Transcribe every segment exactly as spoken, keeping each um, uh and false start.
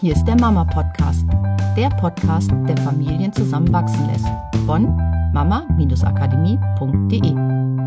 Hier ist der Mama-Podcast, der Podcast, der Familien zusammenwachsen lässt. Von mama akademie punkt de.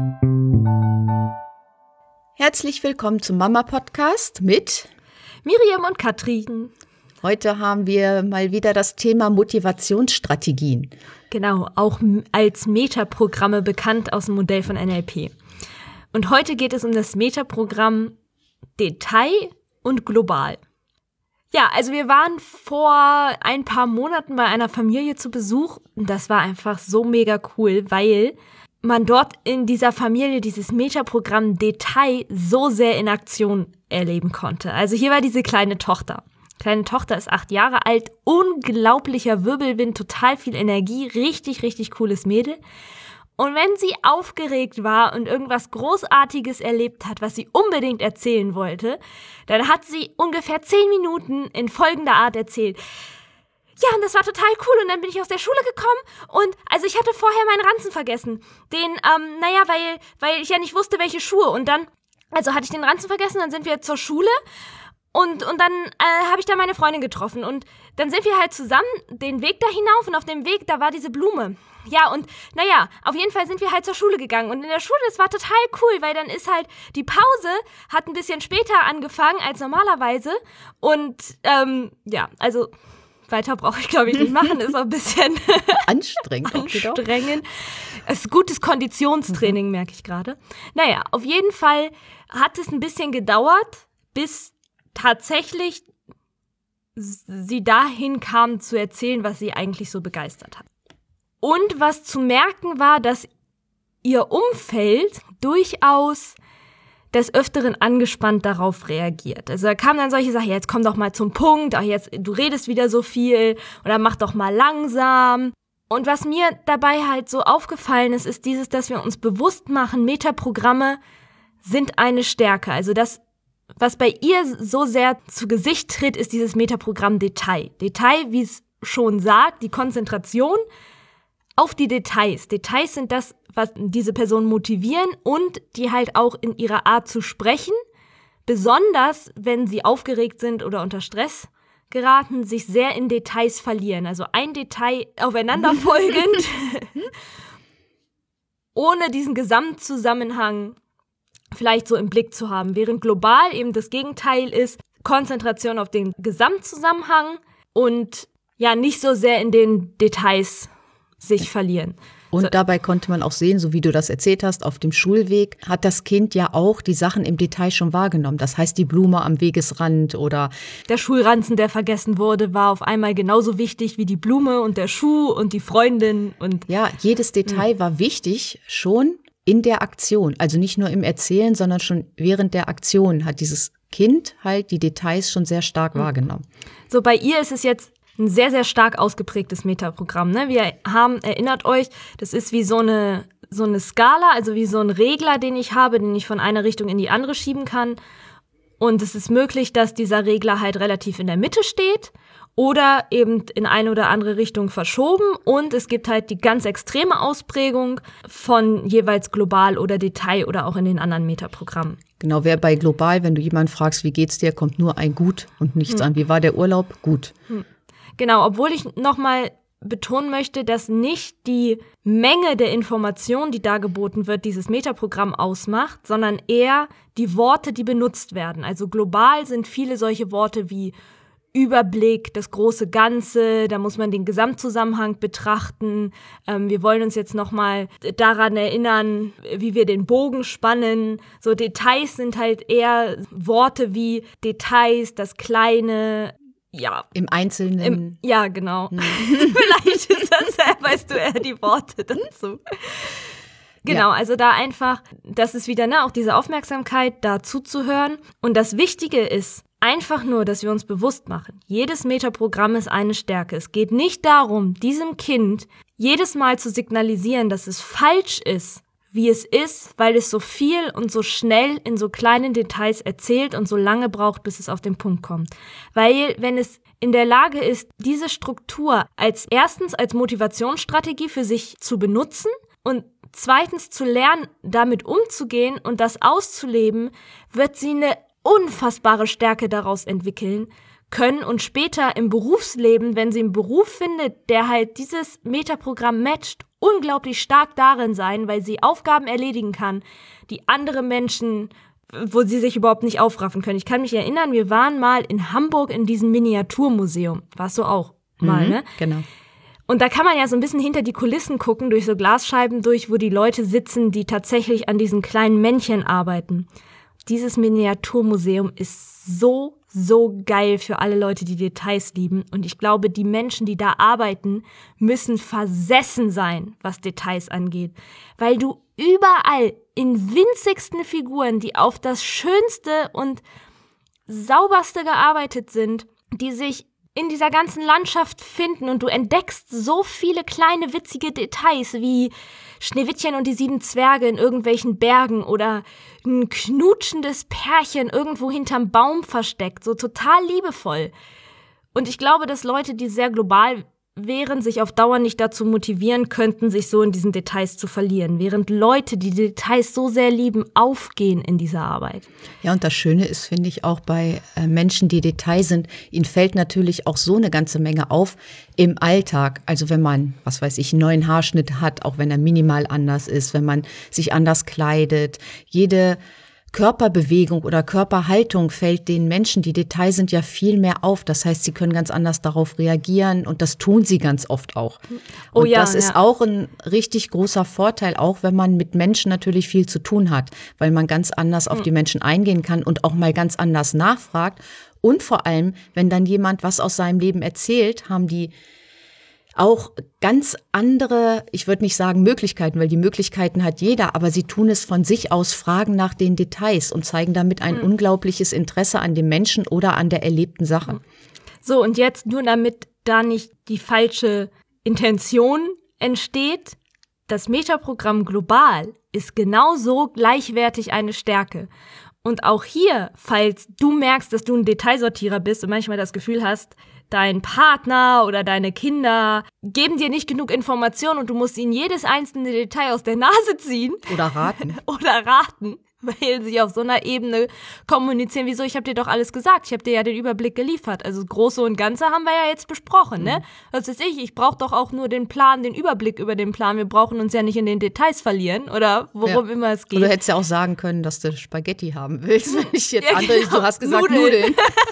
Herzlich willkommen zum Mama-Podcast mit Miriam und Katrin. Heute haben wir mal wieder das Thema Motivationsstrategien. Genau, auch als Metaprogramme bekannt aus dem Modell von N L P. Und heute geht es um das Metaprogramm Detail und Global. Ja, also wir waren vor ein paar Monaten bei einer Familie zu Besuch und das war einfach so mega cool, weil man dort in dieser Familie dieses Metaprogramm Detail so sehr in Aktion erleben konnte. Also hier war diese kleine Tochter. Kleine Tochter ist acht Jahre alt, unglaublicher Wirbelwind, total viel Energie, richtig, richtig cooles Mädel. Und wenn sie aufgeregt war und irgendwas Großartiges erlebt hat, was sie unbedingt erzählen wollte, dann hat sie ungefähr zehn Minuten in folgender Art erzählt. Ja, und das war total cool und dann bin ich aus der Schule gekommen und also ich hatte vorher meinen Ranzen vergessen. Den, ähm, naja, weil, weil ich ja nicht wusste, welche Schuhe und dann, also hatte ich den Ranzen vergessen, dann sind wir zur Schule. Und, und dann äh, habe ich da meine Freundin getroffen und dann sind wir halt zusammen den Weg da hinauf und auf dem Weg, da war diese Blume. Ja, und naja, auf jeden Fall sind wir halt zur Schule gegangen und in der Schule, das war total cool, weil dann ist halt, die Pause hat ein bisschen später angefangen als normalerweise und ähm, ja, also weiter brauche ich glaube ich nicht machen, ist auch ein bisschen anstrengend. anstrengend. Es ist gutes Konditionstraining, mhm. merke ich gerade. Naja, auf jeden Fall hat es ein bisschen gedauert, bis tatsächlich sie dahin kam zu erzählen, was sie eigentlich so begeistert hat. Und was zu merken war, dass ihr Umfeld durchaus des Öfteren angespannt darauf reagiert. Also da kamen dann solche Sachen, ja, jetzt komm doch mal zum Punkt, ach jetzt, du redest wieder so viel oder mach doch mal langsam. Und was mir dabei halt so aufgefallen ist, ist dieses, dass wir uns bewusst machen, Metaprogramme sind eine Stärke. Also das was bei ihr so sehr zu Gesicht tritt, ist dieses Metaprogramm Detail. Detail, wie es schon sagt, die Konzentration auf die Details. Details sind das, was diese Person motivieren und die halt auch in ihrer Art zu sprechen, besonders wenn sie aufgeregt sind oder unter Stress geraten, sich sehr in Details verlieren. Also ein Detail aufeinanderfolgend, ohne diesen Gesamtzusammenhang vielleicht so im Blick zu haben, während global eben das Gegenteil ist, Konzentration auf den Gesamtzusammenhang und ja nicht so sehr in den Details sich verlieren. Und so. Dabei konnte man auch sehen, so wie du das erzählt hast, auf dem Schulweg hat das Kind ja auch die Sachen im Detail schon wahrgenommen. Das heißt, die Blume am Wegesrand oder der Schulranzen, der vergessen wurde, war auf einmal genauso wichtig wie die Blume und der Schuh und die Freundin. Und ja, jedes Detail mh. war wichtig schon in der Aktion, also nicht nur im Erzählen, sondern schon während der Aktion hat dieses Kind halt die Details schon sehr stark mhm. wahrgenommen. So, bei ihr ist es jetzt ein sehr, sehr stark ausgeprägtes Metaprogramm. Ne? Wir haben, erinnert euch, das ist wie so eine, so eine Skala, also wie so ein Regler, den ich habe, den ich von einer Richtung in die andere schieben kann. Und es ist möglich, dass dieser Regler halt relativ in der Mitte steht oder eben in eine oder andere Richtung verschoben. Und es gibt halt die ganz extreme Ausprägung von jeweils global oder Detail oder auch in den anderen Metaprogrammen. Genau, wer bei global, wenn du jemanden fragst, wie geht's dir, kommt nur ein Gut und nichts hm. an. Wie war der Urlaub? Gut. Hm. Genau, obwohl ich nochmal betonen möchte, dass nicht die Menge der Informationen, die da geboten wird, dieses Metaprogramm ausmacht, sondern eher die Worte, die benutzt werden. Also global sind viele solche Worte wie Überblick, das große Ganze, da muss man den Gesamtzusammenhang betrachten. Ähm, wir wollen uns jetzt nochmal daran erinnern, wie wir den Bogen spannen. So Details sind halt eher Worte wie Details, das Kleine, ja. Im Einzelnen. Im, ja, genau. Hm. Vielleicht ist das, weißt du, eher die Worte dazu. Genau, ja. Also da einfach, das ist wieder, ne, auch diese Aufmerksamkeit, da zuzuhören. Und das Wichtige ist einfach nur, dass wir uns bewusst machen, jedes Metaprogramm ist eine Stärke. Es geht nicht darum, diesem Kind jedes Mal zu signalisieren, dass es falsch ist, wie es ist, weil es so viel und so schnell in so kleinen Details erzählt und so lange braucht, bis es auf den Punkt kommt. Weil wenn es in der Lage ist, diese Struktur als erstens als Motivationsstrategie für sich zu benutzen und zweitens zu lernen, damit umzugehen und das auszuleben, wird sie eine unfassbare Stärke daraus entwickeln, können und später im Berufsleben, wenn sie einen Beruf findet, der halt dieses Metaprogramm matcht, unglaublich stark darin sein, weil sie Aufgaben erledigen kann, die andere Menschen, wo sie sich überhaupt nicht aufraffen können. Ich kann mich erinnern, wir waren mal in Hamburg in diesem Miniaturmuseum. Warst du auch mal, mhm, ne? Genau. Und da kann man ja so ein bisschen hinter die Kulissen gucken, durch so Glasscheiben durch, wo die Leute sitzen, die tatsächlich an diesen kleinen Männchen arbeiten. Dieses Miniaturmuseum ist so, so geil für alle Leute, die Details lieben. Und ich glaube, die Menschen, die da arbeiten, müssen versessen sein, was Details angeht. Weil du überall in winzigsten Figuren, die auf das Schönste und Sauberste gearbeitet sind, die sich in dieser ganzen Landschaft finden und du entdeckst so viele kleine witzige Details wie Schneewittchen und die sieben Zwerge in irgendwelchen Bergen oder ein knutschendes Pärchen irgendwo hinterm Baum versteckt, so total liebevoll. Und ich glaube, dass Leute, die sehr global wären, sich auf Dauer nicht dazu motivieren könnten, sich so in diesen Details zu verlieren, während Leute, die Details so sehr lieben, aufgehen in dieser Arbeit. Ja, und das Schöne ist, finde ich, auch bei äh, Menschen, die Detail sind, ihnen fällt natürlich auch so eine ganze Menge auf im Alltag. Also wenn man, was weiß ich, einen neuen Haarschnitt hat, auch wenn er minimal anders ist, wenn man sich anders kleidet, jede Körperbewegung oder Körperhaltung fällt den Menschen, die Details sind, ja viel mehr auf. Das heißt, sie können ganz anders darauf reagieren und das tun sie ganz oft auch. Oh und ja, das ist ja. auch ein richtig großer Vorteil, auch wenn man mit Menschen natürlich viel zu tun hat, weil man ganz anders auf die Menschen eingehen kann und auch mal ganz anders nachfragt. Und vor allem, wenn dann jemand was aus seinem Leben erzählt, haben die auch ganz andere, ich würde nicht sagen Möglichkeiten, weil die Möglichkeiten hat jeder, aber sie tun es von sich aus, fragen nach den Details und zeigen damit ein mhm. unglaubliches Interesse an dem Menschen oder an der erlebten Sache. So, und jetzt nur damit da nicht die falsche Intention entsteht, das Metaprogramm global ist genauso gleichwertig eine Stärke. Und auch hier, falls du merkst, dass du ein Detailsortierer bist und manchmal das Gefühl hast, dein Partner oder deine Kinder geben dir nicht genug Informationen und du musst ihnen jedes einzelne Detail aus der Nase ziehen. Oder raten. Oder raten, weil sie auf so einer Ebene kommunizieren. Wieso? Ich habe dir doch alles gesagt. Ich habe dir ja den Überblick geliefert. Also das Große und Ganze haben wir ja jetzt besprochen, ne? Was weiß ich, ich brauche doch auch nur den Plan, den Überblick über den Plan. Wir brauchen uns ja nicht in den Details verlieren oder worum ja. immer es geht. Du hättest ja auch sagen können, dass du Spaghetti haben willst, wenn ich jetzt ja, andere, genau. du hast gesagt Nudeln. Nudeln.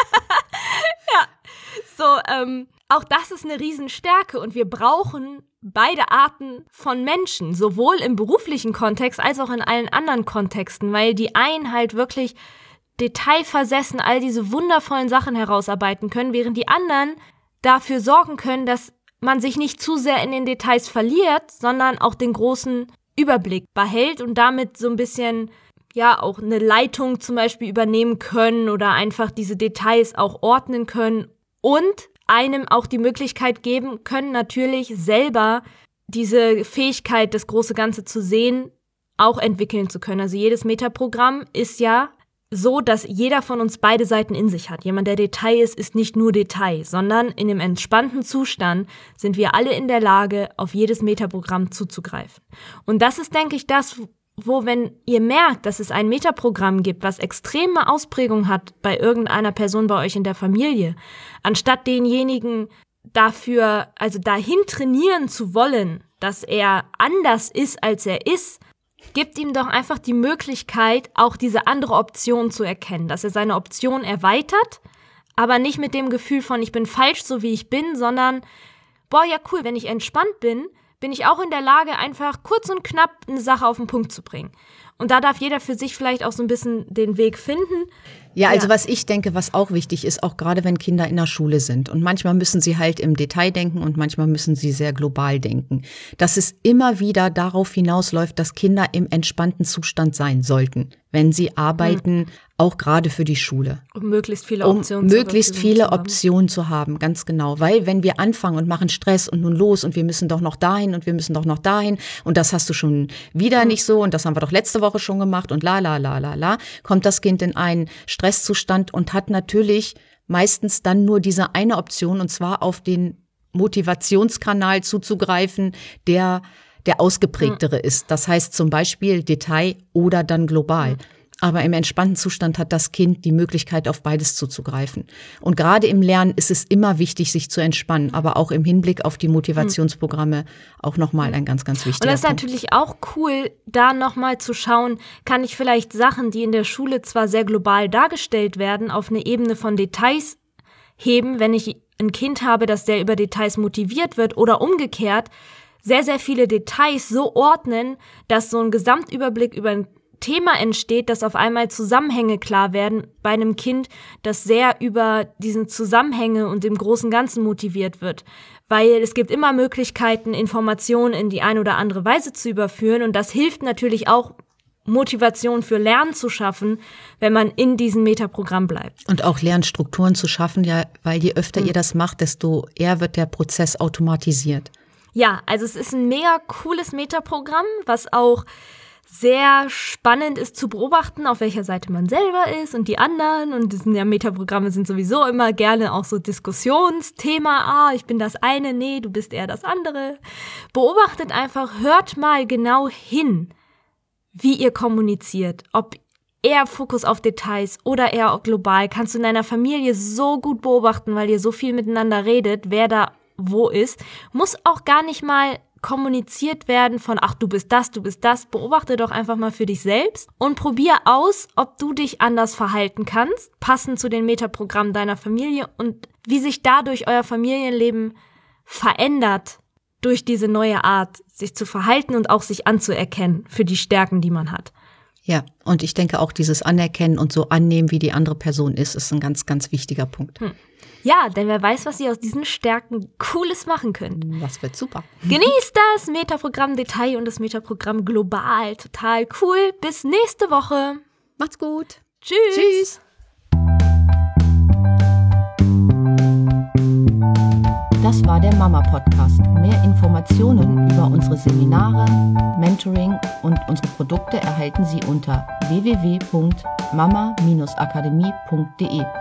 Ja, so, ähm, auch das ist eine Riesenstärke und wir brauchen beide Arten von Menschen, sowohl im beruflichen Kontext als auch in allen anderen Kontexten, weil die einen halt wirklich detailversessen all diese wundervollen Sachen herausarbeiten können, während die anderen dafür sorgen können, dass man sich nicht zu sehr in den Details verliert, sondern auch den großen Überblick behält und damit so ein bisschen ja auch eine Leitung zum Beispiel übernehmen können oder einfach diese Details auch ordnen können und einem auch die Möglichkeit geben können, natürlich selber diese Fähigkeit, das große Ganze zu sehen, auch entwickeln zu können. Also jedes Metaprogramm ist ja so, dass jeder von uns beide Seiten in sich hat. Jemand, der Detail ist, ist nicht nur Detail, sondern in dem entspannten Zustand sind wir alle in der Lage, auf jedes Metaprogramm zuzugreifen. Und das ist, denke ich, das, wo, wenn ihr merkt, dass es ein Metaprogramm gibt, was extreme Ausprägung hat bei irgendeiner Person bei euch in der Familie, anstatt denjenigen dafür, also dahin trainieren zu wollen, dass er anders ist, als er ist, gibt ihm doch einfach die Möglichkeit, auch diese andere Option zu erkennen, dass er seine Option erweitert, aber nicht mit dem Gefühl von, ich bin falsch, so wie ich bin, sondern, boah, ja cool, wenn ich entspannt bin, bin ich auch in der Lage, einfach kurz und knapp eine Sache auf den Punkt zu bringen. Und da darf jeder für sich vielleicht auch so ein bisschen den Weg finden. Ja, also ja. was ich denke, was auch wichtig ist, auch gerade wenn Kinder in der Schule sind. Und manchmal müssen sie halt im Detail denken und manchmal müssen sie sehr global denken. Dass es immer wieder darauf hinausläuft, dass Kinder im entspannten Zustand sein sollten, wenn sie arbeiten, mhm. auch gerade für die Schule. Um möglichst viele Optionen um möglichst viele zu Optionen zu haben, ganz genau. Weil wenn wir anfangen und machen Stress und nun los und wir müssen doch noch dahin und wir müssen doch noch dahin und das hast du schon wieder mhm. nicht so und das haben wir doch letzte Woche schon gemacht und la la la la la, kommt das Kind in einen Stresszustand und hat natürlich meistens dann nur diese eine Option und zwar auf den Motivationskanal zuzugreifen, der der ausgeprägtere mhm. ist. Das heißt zum Beispiel Detail oder dann global. Mhm. aber im entspannten Zustand hat das Kind die Möglichkeit, auf beides zuzugreifen. Und gerade im Lernen ist es immer wichtig, sich zu entspannen, aber auch im Hinblick auf die Motivationsprogramme auch nochmal ein ganz, ganz wichtiger Und das ist Punkt. natürlich auch cool, da nochmal zu schauen, kann ich vielleicht Sachen, die in der Schule zwar sehr global dargestellt werden, auf eine Ebene von Details heben, wenn ich ein Kind habe, das sehr über Details motiviert wird, oder umgekehrt sehr, sehr viele Details so ordnen, dass so ein Gesamtüberblick über ein Thema entsteht, dass auf einmal Zusammenhänge klar werden bei einem Kind, das sehr über diesen Zusammenhänge und dem großen Ganzen motiviert wird. Weil es gibt immer Möglichkeiten, Informationen in die eine oder andere Weise zu überführen, und das hilft natürlich auch, Motivation für Lernen zu schaffen, wenn man in diesem Metaprogramm bleibt. Und auch Lernstrukturen zu schaffen, ja, weil je öfter mhm. ihr das macht, desto eher wird der Prozess automatisiert. Ja, also es ist ein mega cooles Metaprogramm, was auch sehr spannend ist zu beobachten, auf welcher Seite man selber ist und die anderen. Und das sind ja, Metaprogramme sind sowieso immer gerne auch so Diskussionsthema. Ah, ich bin das eine, nee, du bist eher das andere. Beobachtet einfach, hört mal genau hin, wie ihr kommuniziert. Ob eher Fokus auf Details oder eher global. Kannst du in deiner Familie so gut beobachten, weil ihr so viel miteinander redet, wer da wo ist. Muss auch gar nicht mal kommuniziert werden von, ach, du bist das, du bist das. Beobachte doch einfach mal für dich selbst und probier aus, ob du dich anders verhalten kannst, passend zu den Metaprogrammen deiner Familie, und wie sich dadurch euer Familienleben verändert durch diese neue Art, sich zu verhalten und auch sich anzuerkennen für die Stärken, die man hat. Ja, und ich denke auch dieses Anerkennen und so annehmen, wie die andere Person ist, ist ein ganz, ganz wichtiger Punkt. Hm. Ja, denn wer weiß, was ihr aus diesen Stärken Cooles machen könnt. Das wird super. Genießt das Metaprogramm Detail und das Metaprogramm Global. Total cool. Bis nächste Woche. Macht's gut. Tschüss. Tschüss. Das war der Mama-Podcast. Mehr Informationen über unsere Seminare, Mentoring und unsere Produkte erhalten Sie unter w w w punkt mama Bindestrich akademie punkt de.